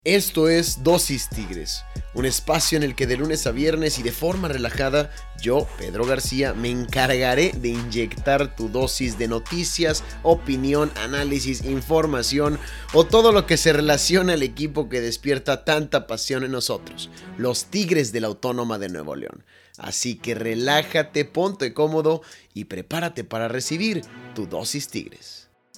Esto es Dosis Tigres, un espacio en el que de lunes a viernes y de forma relajada, yo, Pedro García, me encargaré de inyectar tu dosis de noticias, opinión, análisis, información o todo lo que se relaciona al equipo que despierta tanta pasión en nosotros, los Tigres de la Autónoma de Nuevo León. Así que relájate, ponte cómodo y prepárate para recibir tu Dosis Tigres.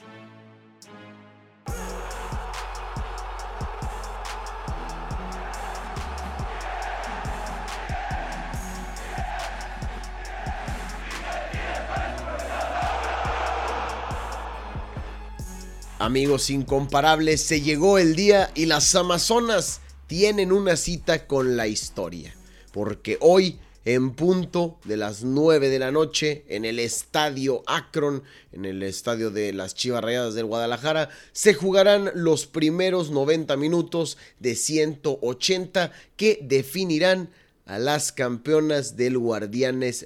Amigos incomparables, se llegó el día y las Amazonas tienen una cita con la historia. Porque hoy, en punto de las 9 de la noche, en el Estadio Akron, en el estadio de las Chivas Rayadas del Guadalajara, se jugarán los primeros 90 minutos de 180 que definirán a las campeonas del Guardianes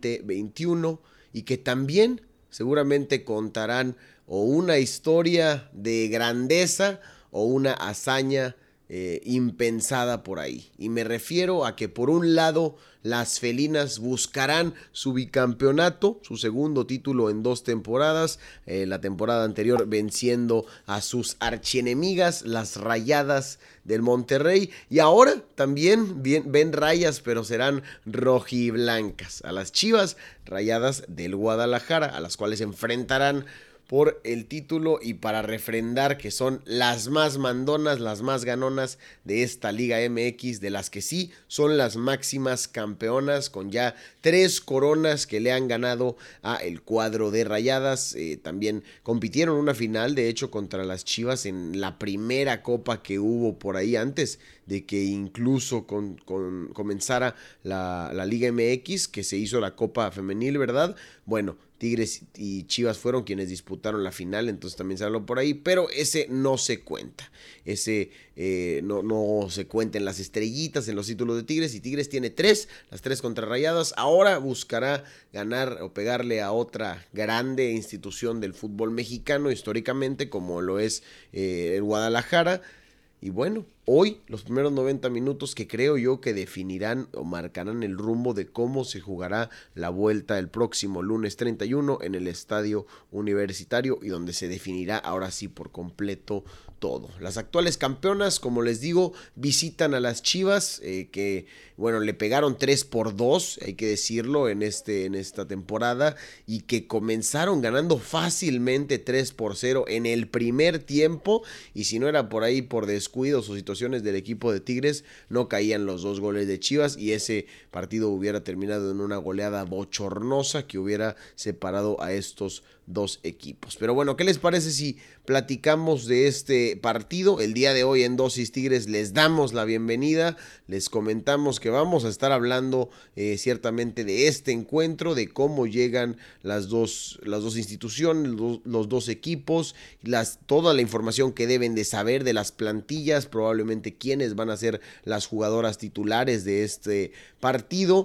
2021 y que también seguramente contarán o una historia de grandeza o una hazaña impensada por ahí. Y me refiero a que por un lado las felinas buscarán su bicampeonato, su segundo título en 2 temporadas, la temporada anterior venciendo a sus archienemigas, las Rayadas del Monterrey, y ahora también ven rayas, pero serán rojiblancas, a las Chivas Rayadas del Guadalajara, a las cuales enfrentarán por el título y para refrendar que son las más mandonas, las más ganonas de esta Liga MX, de las que sí son las máximas campeonas, con ya 3 coronas que le han ganado a el cuadro de Rayadas. También compitieron una final, de hecho, contra las Chivas en la primera copa que hubo por ahí antes de que incluso comenzara la Liga MX, que se hizo la Copa Femenil, ¿verdad? Bueno, Tigres y Chivas fueron quienes disputaron la final, entonces también se habló por ahí, pero ese no se cuenta, ese no se cuenta en las estrellitas, en los títulos de Tigres, y Tigres tiene 3, las 3 contra Rayadas. Ahora buscará ganar o pegarle a otra grande institución del fútbol mexicano históricamente, como lo es el Guadalajara. Y bueno, hoy los primeros 90 minutos que creo yo que definirán o marcarán el rumbo de cómo se jugará la vuelta el próximo lunes 31 en el Estadio Universitario, y donde se definirá ahora sí por completo todo. Las actuales campeonas, como les digo, visitan a las Chivas, que bueno, le pegaron 3-2, hay que decirlo, en esta temporada, y que comenzaron ganando fácilmente 3-0 en el primer tiempo, y si no era por ahí por descuidos o situaciones del equipo de Tigres, no caían los 2 goles de Chivas, y ese partido hubiera terminado en una goleada bochornosa que hubiera separado a estos 2 equipos. Pero bueno, ¿qué les parece si platicamos de este partido? El día de hoy en Dosis Tigres les damos la bienvenida, les comentamos que vamos a estar hablando ciertamente de este encuentro, de cómo llegan las dos instituciones, los 2 equipos, toda la información que deben de saber de las plantillas, probablemente quiénes van a ser las jugadoras titulares de este partido.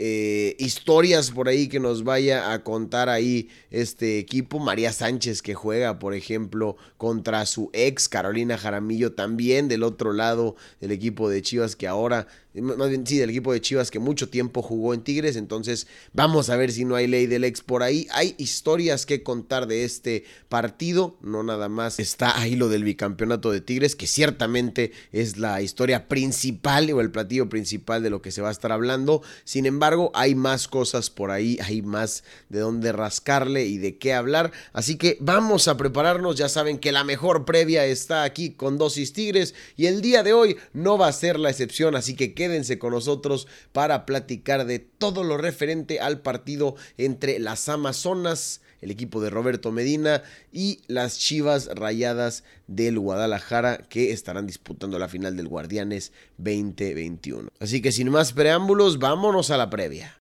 Historias por ahí que nos vaya a contar ahí este equipo. María Sánchez, que juega por ejemplo contra su ex Carolina Jaramillo, también del otro lado del equipo de Chivas, que ahora, más bien sí, del equipo de Chivas que mucho tiempo jugó en Tigres. Entonces vamos a ver si no hay ley del ex por ahí. Hay historias que contar de este partido, no nada más está ahí lo del bicampeonato de Tigres, que ciertamente es la historia principal o el platillo principal de lo que se va a estar hablando. Sin embargo, hay más cosas por ahí, hay más de dónde rascarle y de qué hablar, así que vamos a prepararnos. Ya saben que la mejor previa está aquí con Dosis Tigres, y el día de hoy no va a ser la excepción, así que quédense con nosotros para platicar de todo lo referente al partido entre las Amazonas, el equipo de Roberto Medina, y las Chivas Rayadas del Guadalajara, que estarán disputando la final del Guardianes 2021. Así que sin más preámbulos, vámonos a la previa.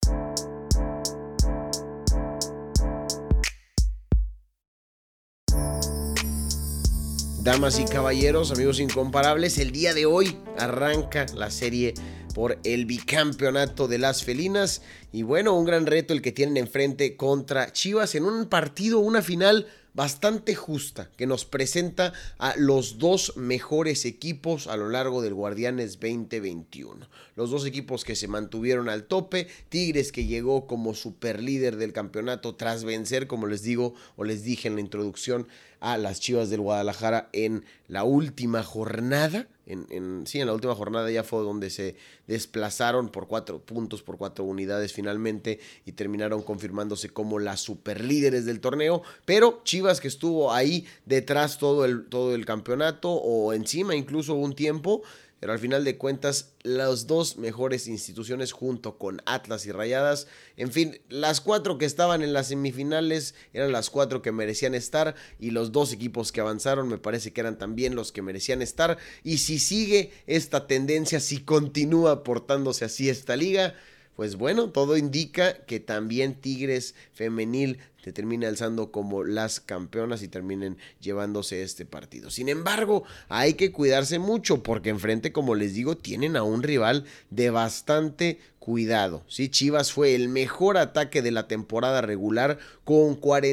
Damas y caballeros, amigos incomparables, el día de hoy arranca la serie por el bicampeonato de las felinas. Y bueno, un gran reto el que tienen enfrente contra Chivas en un partido, una final bastante justa que nos presenta a los dos mejores equipos a lo largo del Guardianes 2021. Los dos equipos que se mantuvieron al tope, Tigres que llegó como superlíder del campeonato tras vencer, como les digo o les dije en la introducción, a las Chivas del Guadalajara en la última jornada. En la última jornada ya fue donde se desplazaron por 4 puntos, por 4 unidades finalmente y terminaron confirmándose como las superlíderes del torneo, pero Chivas que estuvo ahí detrás todo el campeonato o encima incluso un tiempo. Pero al final de cuentas, las dos mejores instituciones junto con Atlas y Rayadas, en fin, las 4 que estaban en las semifinales eran las 4 que merecían estar y los 2 equipos que avanzaron me parece que eran también los que merecían estar. Y si sigue esta tendencia, si continúa portándose así esta liga, pues bueno, todo indica que también Tigres femenil se termina alzando como las campeonas y terminen llevándose este partido. Sin embargo, hay que cuidarse mucho porque enfrente, como les digo, tienen a un rival de bastante cuidado. Sí, Chivas fue el mejor ataque de la temporada regular con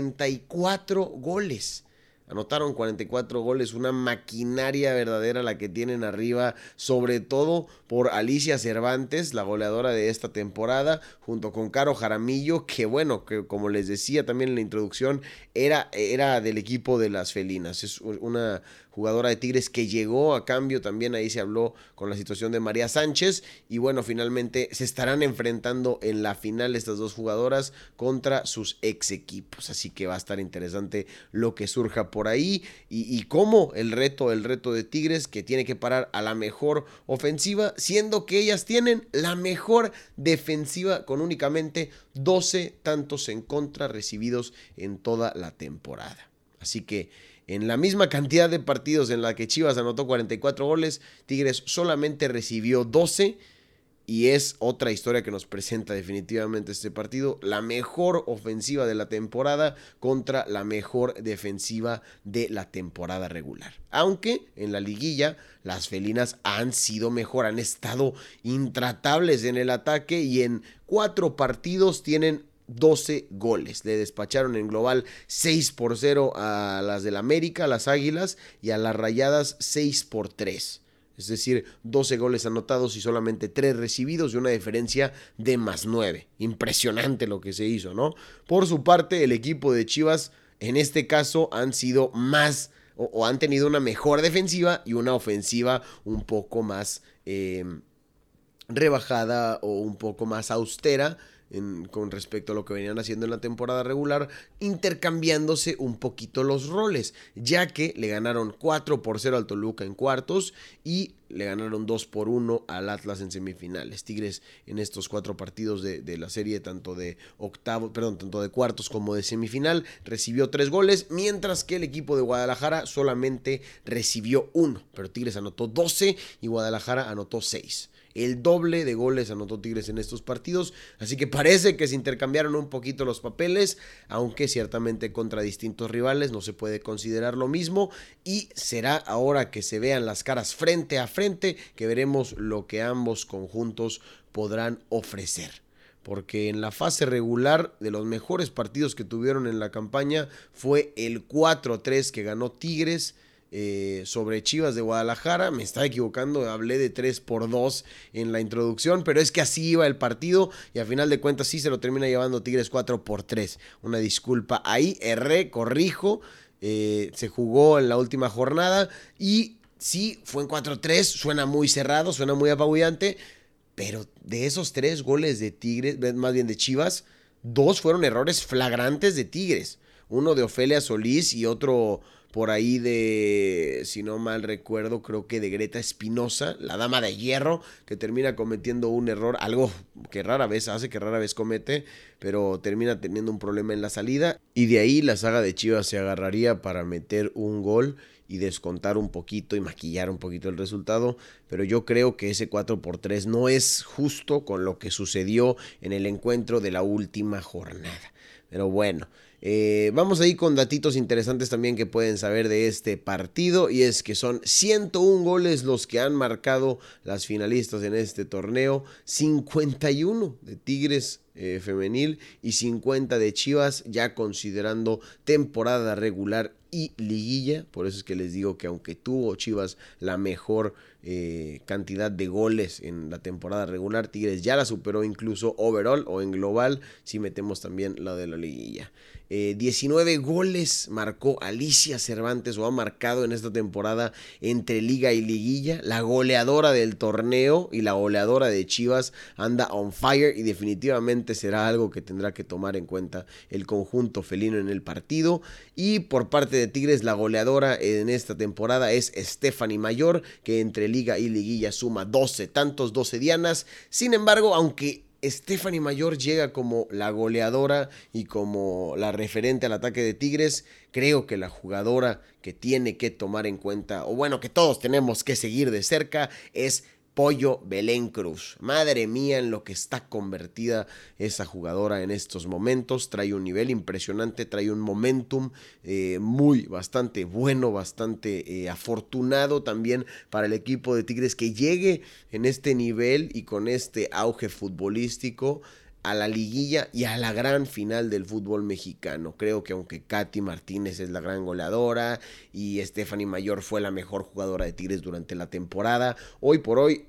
44 goles. Anotaron 44 goles, una maquinaria verdadera la que tienen arriba, sobre todo por Alicia Cervantes, la goleadora de esta temporada, junto con Caro Jaramillo, que bueno, que como les decía también en la introducción, era del equipo de las felinas. Es una jugadora de Tigres que llegó a cambio, también ahí se habló con la situación de María Sánchez, y bueno, finalmente se estarán enfrentando en la final estas dos jugadoras contra sus ex equipos, así que va a estar interesante lo que surja por ahí, y cómo el reto de Tigres, que tiene que parar a la mejor ofensiva, siendo que ellas tienen la mejor defensiva con únicamente 12 tantos en contra recibidos en toda la temporada. Así que en la misma cantidad de partidos en la que Chivas anotó 44 goles, Tigres solamente recibió 12, y es otra historia que nos presenta definitivamente este partido. La mejor ofensiva de la temporada contra la mejor defensiva de la temporada regular. Aunque en la liguilla las felinas han sido mejor, han estado intratables en el ataque y en 4 partidos tienen 12 goles. Le despacharon en global 6-0 a las del América, a las Águilas, y a las Rayadas 6-3. Es decir, 12 goles anotados y solamente 3 recibidos y una diferencia de +9. Impresionante lo que se hizo, ¿no? Por su parte, el equipo de Chivas, en este caso, han sido más o han tenido una mejor defensiva y una ofensiva un poco más rebajada o un poco más austera con respecto a lo que venían haciendo en la temporada regular, intercambiándose un poquito los roles, ya que le ganaron 4-0 al Toluca en cuartos y le ganaron 2-1 al Atlas en semifinales. Tigres en estos 4 partidos de la serie, tanto de cuartos como de semifinal, recibió 3 goles, mientras que el equipo de Guadalajara solamente recibió 1, pero Tigres anotó 12 y Guadalajara anotó 6. El doble de goles anotó Tigres en estos partidos, así que parece que se intercambiaron un poquito los papeles, aunque ciertamente contra distintos rivales no se puede considerar lo mismo, y será ahora que se vean las caras frente a frente que veremos lo que ambos conjuntos podrán ofrecer. Porque en la fase regular, de los mejores partidos que tuvieron en la campaña fue el 4-3 que ganó Tigres sobre Chivas de Guadalajara. Me estaba equivocando, hablé de 3-2 en la introducción, pero es que así iba el partido y a final de cuentas sí se lo termina llevando Tigres 4-3. Una disculpa, ahí erré, corrijo, se jugó en la última jornada y sí, fue en 4-3, suena muy cerrado, suena muy apabullante, pero de esos 3 goles de Tigres, más bien de Chivas, 2 fueron errores flagrantes de Tigres. Uno de Ofelia Solís y otro por ahí de, si no mal recuerdo, creo que de Greta Espinosa, la dama de hierro, que termina cometiendo un error, algo que rara vez hace, que rara vez comete, pero termina teniendo un problema en la salida. Y de ahí la saga de Chivas se agarraría para meter un gol y descontar un poquito y maquillar un poquito el resultado, pero yo creo que ese 4-3 no es justo con lo que sucedió en el encuentro de la última jornada. Pero bueno, Vamos a ir con datitos interesantes también que pueden saber de este partido, y es que son 101 goles los que han marcado las finalistas en este torneo, 51 de Tigres femenil y 50 de Chivas, ya considerando temporada regular y liguilla. Por eso es que les digo que aunque tuvo Chivas la mejor cantidad de goles en la temporada regular, Tigres ya la superó incluso overall o en global, si metemos también la de la liguilla. 19 goles marcó Alicia Cervantes, o ha marcado en esta temporada entre liga y liguilla. La goleadora del torneo y la goleadora de Chivas anda on fire, y definitivamente será algo que tendrá que tomar en cuenta el conjunto felino en el partido. Y por parte de Tigres, la goleadora en esta temporada es Stephanie Mayor, que entre liga y liguilla suma 12 tantos, 12 dianas. Sin embargo, aunque Stephanie Mayor llega como la goleadora y como la referente al ataque de Tigres, creo que la jugadora que tiene que tomar en cuenta, o bueno, que todos tenemos que seguir de cerca, es Pollo Belén Cruz. Madre mía, en lo que está convertida esa jugadora en estos momentos. Trae un nivel impresionante, trae un momentum bastante bueno, bastante afortunado también para el equipo de Tigres que llegue en este nivel y con este auge futbolístico a la liguilla y a la gran final del fútbol mexicano. Creo que aunque Katy Martínez es la gran goleadora y Stephanie Mayor fue la mejor jugadora de Tigres durante la temporada, hoy por hoy,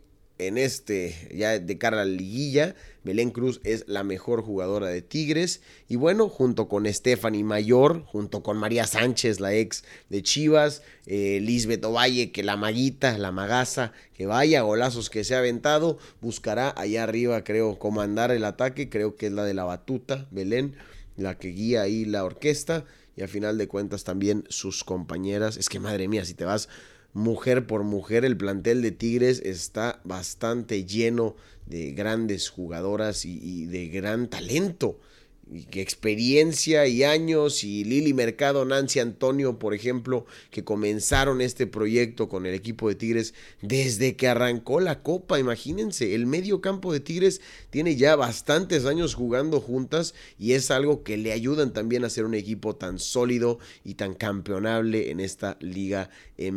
ya de cara a la liguilla, Belén Cruz es la mejor jugadora de Tigres. Y bueno, junto con Stephanie Mayor, junto con María Sánchez, la ex de Chivas, Lisbeth Ovalle, que la maguita, la magaza, que vaya golazos que se ha aventado, buscará allá arriba, creo, comandar el ataque. Creo que es la de la batuta, Belén, la que guía ahí la orquesta, y a final de cuentas también sus compañeras. Es que madre mía, si te vas mujer por mujer, el plantel de Tigres está bastante lleno de grandes jugadoras y de gran talento, y experiencia y años. Y Lili Mercado, Nancy Antonio, por ejemplo, que comenzaron este proyecto con el equipo de Tigres desde que arrancó la Copa. Imagínense, el medio campo de Tigres tiene ya bastantes años jugando juntas, y es algo que le ayudan también a ser un equipo tan sólido y tan campeonable en esta Liga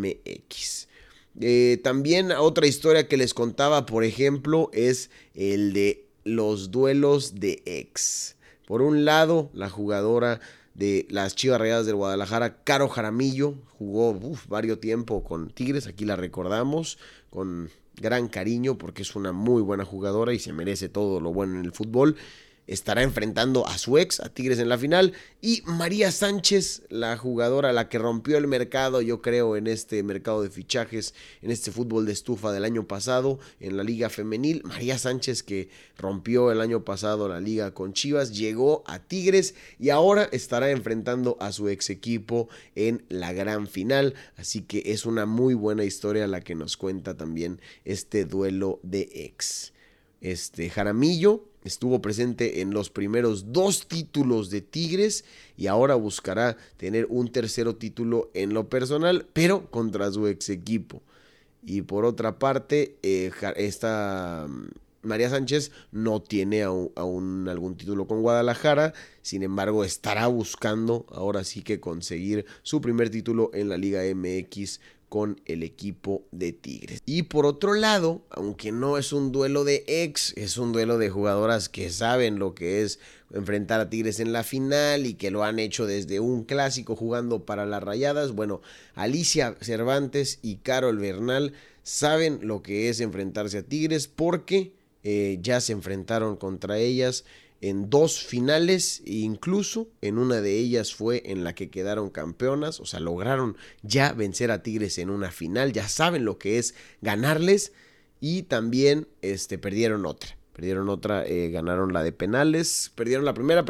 MX. También otra historia que les contaba, por ejemplo, es el de los duelos de ex. Por un lado, la jugadora de las Chivas Rayadas del Guadalajara, Caro Jaramillo, jugó varios tiempo con Tigres. Aquí la recordamos con gran cariño porque es una muy buena jugadora y se merece todo lo bueno en el fútbol. Estará enfrentando a su ex, a Tigres, en la final. Y María Sánchez, la jugadora, la que rompió el mercado, yo creo, en este mercado de fichajes, en este fútbol de estufa del año pasado, en la liga femenil. María Sánchez, que rompió el año pasado la liga con Chivas, llegó a Tigres y ahora estará enfrentando a su ex equipo en la gran final. Así que es una muy buena historia la que nos cuenta también este duelo de ex. Jaramillo estuvo presente en los primeros 2 títulos de Tigres y ahora buscará tener un tercero título en lo personal, pero contra su ex equipo. Y por otra parte, esta María Sánchez no tiene aún algún título con Guadalajara. Sin embargo, estará buscando ahora sí que conseguir su primer título en la Liga MX con el equipo de Tigres. Y por otro lado, aunque no es un duelo de ex, es un duelo de jugadoras que saben lo que es enfrentar a Tigres en la final y que lo han hecho desde un clásico jugando para las Rayadas. Bueno, Alicia Cervantes y Carol Bernal saben lo que es enfrentarse a Tigres porque ya se enfrentaron contra ellas en 2 finales, e incluso en una de ellas fue en la que quedaron campeonas. O sea, lograron ya vencer a Tigres en una final, ya saben lo que es ganarles. Y también perdieron otra, ganaron la de penales, perdieron la primera,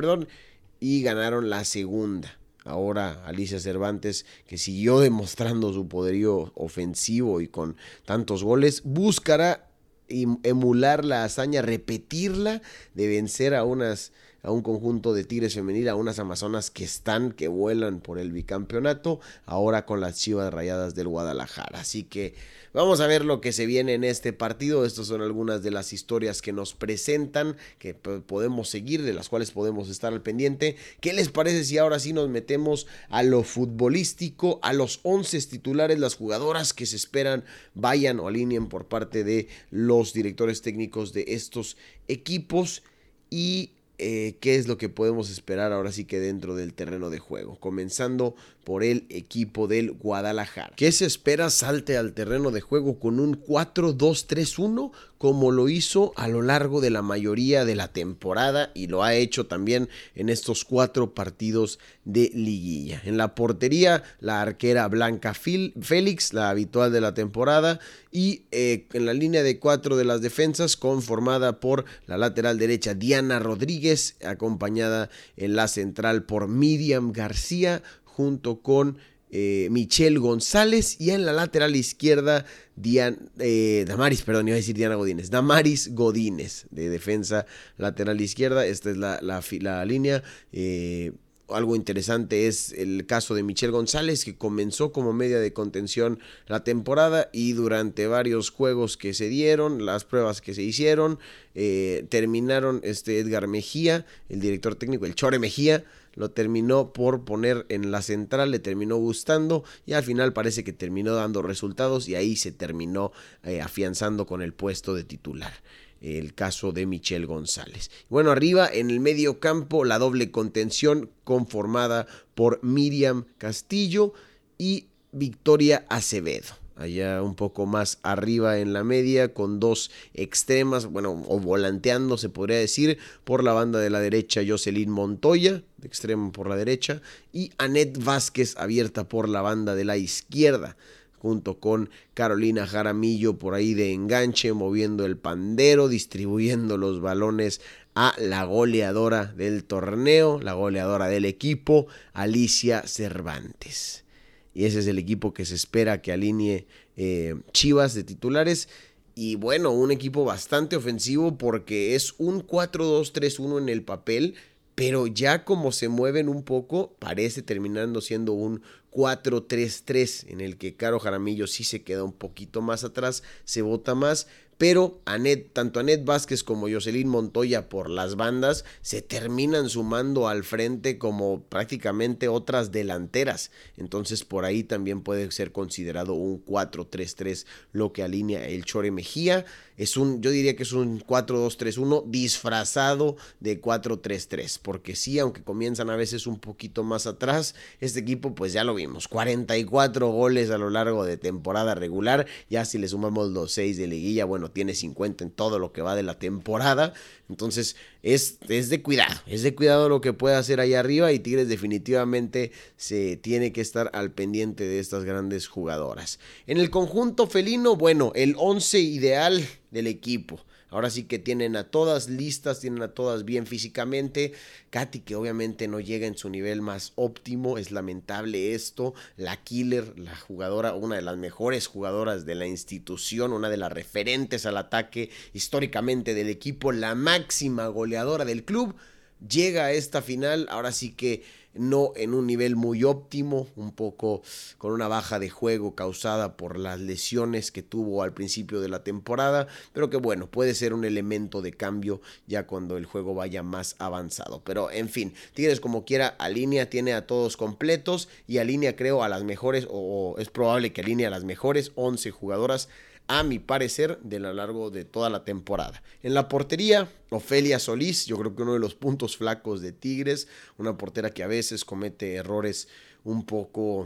y ganaron la segunda. Ahora Alicia Cervantes, que siguió demostrando su poderío ofensivo y con tantos goles, buscará emular la hazaña, repetirla de vencer a unas a un conjunto de Tigres femenil, a unas Amazonas que vuelan por el bicampeonato, ahora con las Chivas Rayadas del Guadalajara. Así que vamos a ver lo que se viene en este partido. Estas son algunas de las historias que nos presentan, que podemos seguir, de las cuales podemos estar al pendiente. ¿Qué les parece si ahora sí nos metemos a lo futbolístico, a los 11 titulares, las jugadoras que se esperan vayan o alineen por parte de los directores técnicos de estos equipos y qué es lo que podemos esperar ahora sí que dentro del terreno de juego? Comenzando por el equipo del Guadalajara. ¿Qué se espera? Salte al terreno de juego con un 4-2-3-1 como lo hizo a lo largo de la mayoría de la temporada y lo ha hecho también en estos 4 partidos de liguilla. En la portería, la arquera Blanca Félix, la habitual de la temporada, y en la línea de 4 de las defensas, conformada por la lateral derecha Diana Rodríguez, acompañada en la central por Miriam García, junto con Michelle González, y en la lateral izquierda Damaris Godínez, de defensa lateral izquierda. Esta es la línea. Algo interesante es el caso de Michelle González, que comenzó como media de contención la temporada y durante varios juegos que se dieron, las pruebas que se hicieron, terminaron Edgar Mejía, el director técnico, el Chore Mejía, lo terminó por poner en la central, le terminó gustando y al final parece que terminó dando resultados y ahí se terminó afianzando con el puesto de titular. El caso de Michelle González. Bueno, arriba en el medio campo, la doble contención conformada por Miriam Castillo y Victoria Acevedo. Allá un poco más arriba en la media, con 2 extremas, bueno, o volanteando se podría decir, por la banda de la derecha Jocelyn Montoya, de extremo por la derecha, y Anet Vázquez abierta por la banda de la izquierda, junto con Carolina Jaramillo por ahí de enganche, moviendo el pandero, distribuyendo los balones a la goleadora del torneo, la goleadora del equipo, Alicia Cervantes. Y ese es el equipo que se espera que alinee Chivas de titulares. Y bueno, un equipo bastante ofensivo porque es un 4-2-3-1 en el papel, pero ya como se mueven un poco, parece terminando siendo un 4-3-3, en el que Caro Jaramillo sí se queda un poquito más atrás, se bota más, pero tanto Anet Vázquez como Jocelyn Montoya por las bandas se terminan sumando al frente como prácticamente otras delanteras. Entonces por ahí también puede ser considerado un 4-3-3 lo que alinea el Chore Mejía. Yo diría que es un 4-2-3-1 disfrazado de 4-3-3, porque sí, aunque comienzan a veces un poquito más atrás, este equipo pues ya lo vimos, 44 goles a lo largo de temporada regular, ya si le sumamos los 6 de liguilla, bueno, tiene 50 en todo lo que va de la temporada. Entonces es de cuidado lo que puede hacer ahí arriba, y Tigres definitivamente se tiene que estar al pendiente de estas grandes jugadoras. En el conjunto felino, bueno, el 11 ideal del equipo. Ahora sí que tienen a todas listas, tienen a todas bien físicamente. Katy, que obviamente no llega en su nivel más óptimo, es lamentable esto. La killer, la jugadora, una de las mejores jugadoras de la institución, una de las referentes al ataque históricamente del equipo, la máxima goleadora del club, llega a esta final, ahora sí que no en un nivel muy óptimo, un poco con una baja de juego causada por las lesiones que tuvo al principio de la temporada, pero que bueno, puede ser un elemento de cambio ya cuando el juego vaya más avanzado. Pero en fin, Tigres como quiera alinea, tiene a todos completos y alinea creo a las mejores, o es probable que alinee a las mejores 11 jugadoras a mi parecer, de lo largo de toda la temporada. En la portería, Ofelia Solís, yo creo que uno de los puntos flacos de Tigres, una portera que a veces comete errores un poco,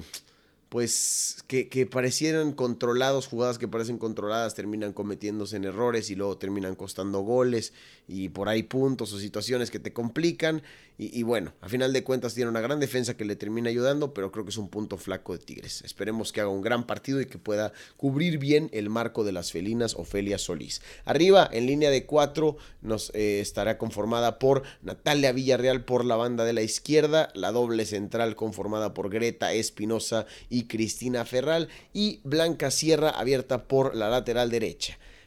pues, que parecieran controlados, jugadas que parecen controladas, terminan cometiéndose en errores y luego terminan costando goles y por ahí puntos o situaciones que te complican. Y bueno, a final de cuentas tiene una gran defensa que le termina ayudando, pero creo que es un punto flaco de Tigres. Esperemos que haga un gran partido y que pueda cubrir bien el marco de las felinas Ofelia Solís. Arriba, en línea de 4, nos estará conformada por Natalia Villarreal por la banda de la izquierda, la doble central conformada por Greta Espinosa y Cristina Ferral, y Blanca Sierra abierta por la lateral derecha.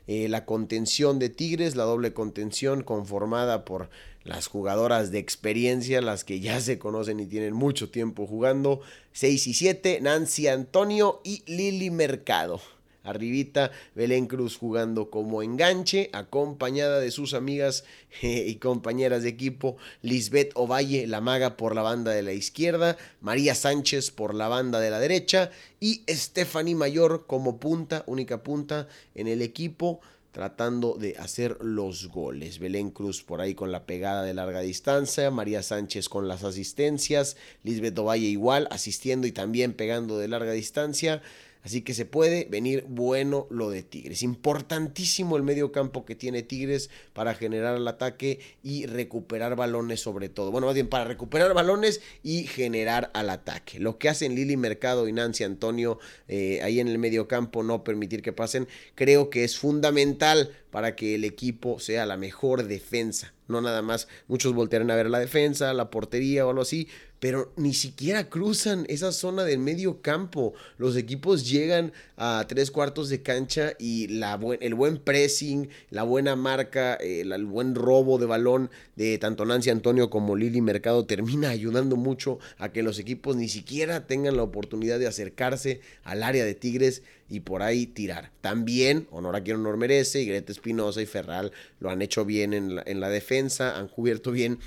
la contención de Tigres, la doble contención conformada por las jugadoras de experiencia, las que ya se conocen y tienen mucho tiempo jugando. 6 y 7, Nancy Antonio y Lili Mercado. Arribita, Belén Cruz jugando como enganche, acompañada de sus amigas y compañeras de equipo, Lisbeth Ovalle, la maga, por la banda de la izquierda, María Sánchez por la banda de la derecha y Stephanie Mayor como punta, única punta en el equipo, tratando de hacer los goles. Belén Cruz por ahí con la pegada de larga distancia, María Sánchez con las asistencias, Lisbeth Ovalle igual, asistiendo y también pegando de larga distancia. Así que se puede venir bueno lo de Tigres. Importantísimo el medio campo que tiene Tigres para generar el ataque y recuperar balones sobre todo. Bueno, más bien para recuperar balones y generar al ataque. Lo que hacen Lili Mercado y Nancy Antonio ahí en el medio campo, no permitir que pasen, creo que es fundamental para que el equipo sea la mejor defensa. No nada más, muchos voltearán a ver la defensa, la portería o algo así, pero ni siquiera cruzan esa zona del medio campo. Los equipos llegan a 3/4 de cancha y el buen pressing, la buena marca, el buen robo de balón de tanto Nancy Antonio como Lili Mercado termina ayudando mucho a que los equipos ni siquiera tengan la oportunidad de acercarse al área de Tigres y por ahí tirar. También honor a quien honor merece, y Greta Espinosa y Ferral lo han hecho bien en la defensa, han cubierto bien.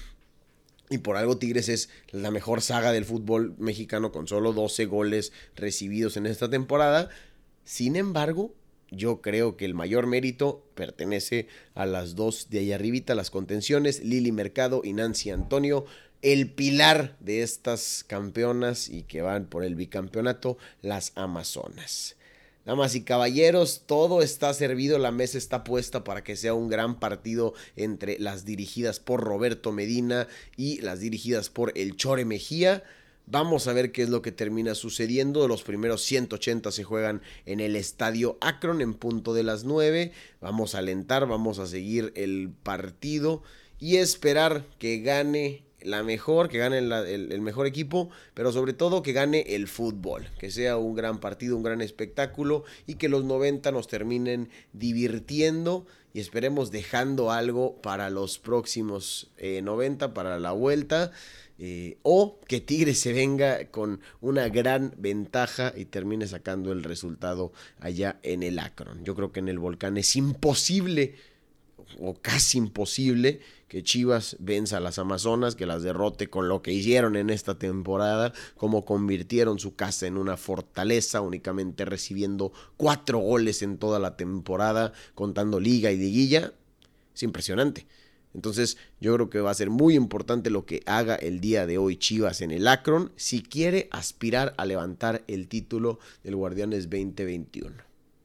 Y por algo Tigres es la mejor saga del fútbol mexicano con solo 12 goles recibidos en esta temporada. Sin embargo, yo creo que el mayor mérito pertenece a las dos de allá arribita, las contenciones, Lili Mercado y Nancy Antonio, el pilar de estas campeonas y que van por el bicampeonato, las Amazonas. Damas y caballeros, todo está servido, la mesa está puesta para que sea un gran partido entre las dirigidas por Roberto Medina y las dirigidas por el Chore Mejía. Vamos a ver qué es lo que termina sucediendo. Los primeros 180 se juegan en el Estadio Akron en punto de las 9. Vamos a alentar, vamos a seguir el partido y esperar que gane que gane el mejor equipo, pero sobre todo que gane el fútbol, que sea un gran partido, un gran espectáculo y que los 90 nos terminen divirtiendo y esperemos dejando algo para los próximos 90, para la vuelta, o que Tigres se venga con una gran ventaja y termine sacando el resultado allá en el Akron. Yo creo que en el Volcán es imposible o casi imposible que Chivas venza a las Amazonas, que las derrote con lo que hicieron en esta temporada, como convirtieron su casa en una fortaleza, únicamente recibiendo 4 goles en toda la temporada, contando liga y liguilla. Es impresionante. Entonces yo creo que va a ser muy importante lo que haga el día de hoy Chivas en el Akron si quiere aspirar a levantar el título del Guardianes 2021.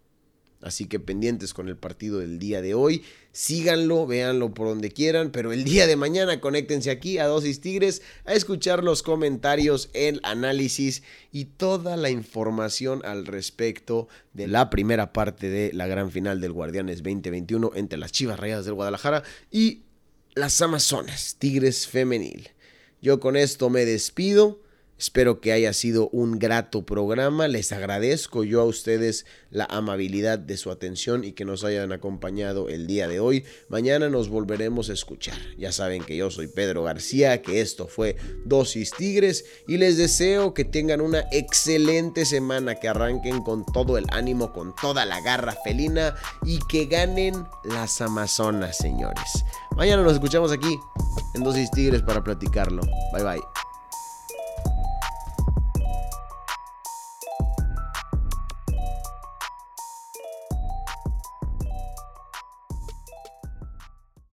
Así que pendientes con el partido del día de hoy. Síganlo, véanlo por donde quieran, pero el día de mañana conéctense aquí a Dosis Tigres a escuchar los comentarios, el análisis y toda la información al respecto de la primera parte de la gran final del Guardianes 2021 entre las Chivas Rayadas del Guadalajara y las Amazonas, Tigres Femenil. Yo con esto me despido. Espero que haya sido un grato programa. Les agradezco yo a ustedes la amabilidad de su atención y que nos hayan acompañado el día de hoy. Mañana nos volveremos a escuchar. Ya saben que yo soy Pedro García, que esto fue Dosis Tigres y les deseo que tengan una excelente semana, que arranquen con todo el ánimo, con toda la garra felina y que ganen las Amazonas, señores. Mañana nos escuchamos aquí en Dosis Tigres para platicarlo. Bye bye.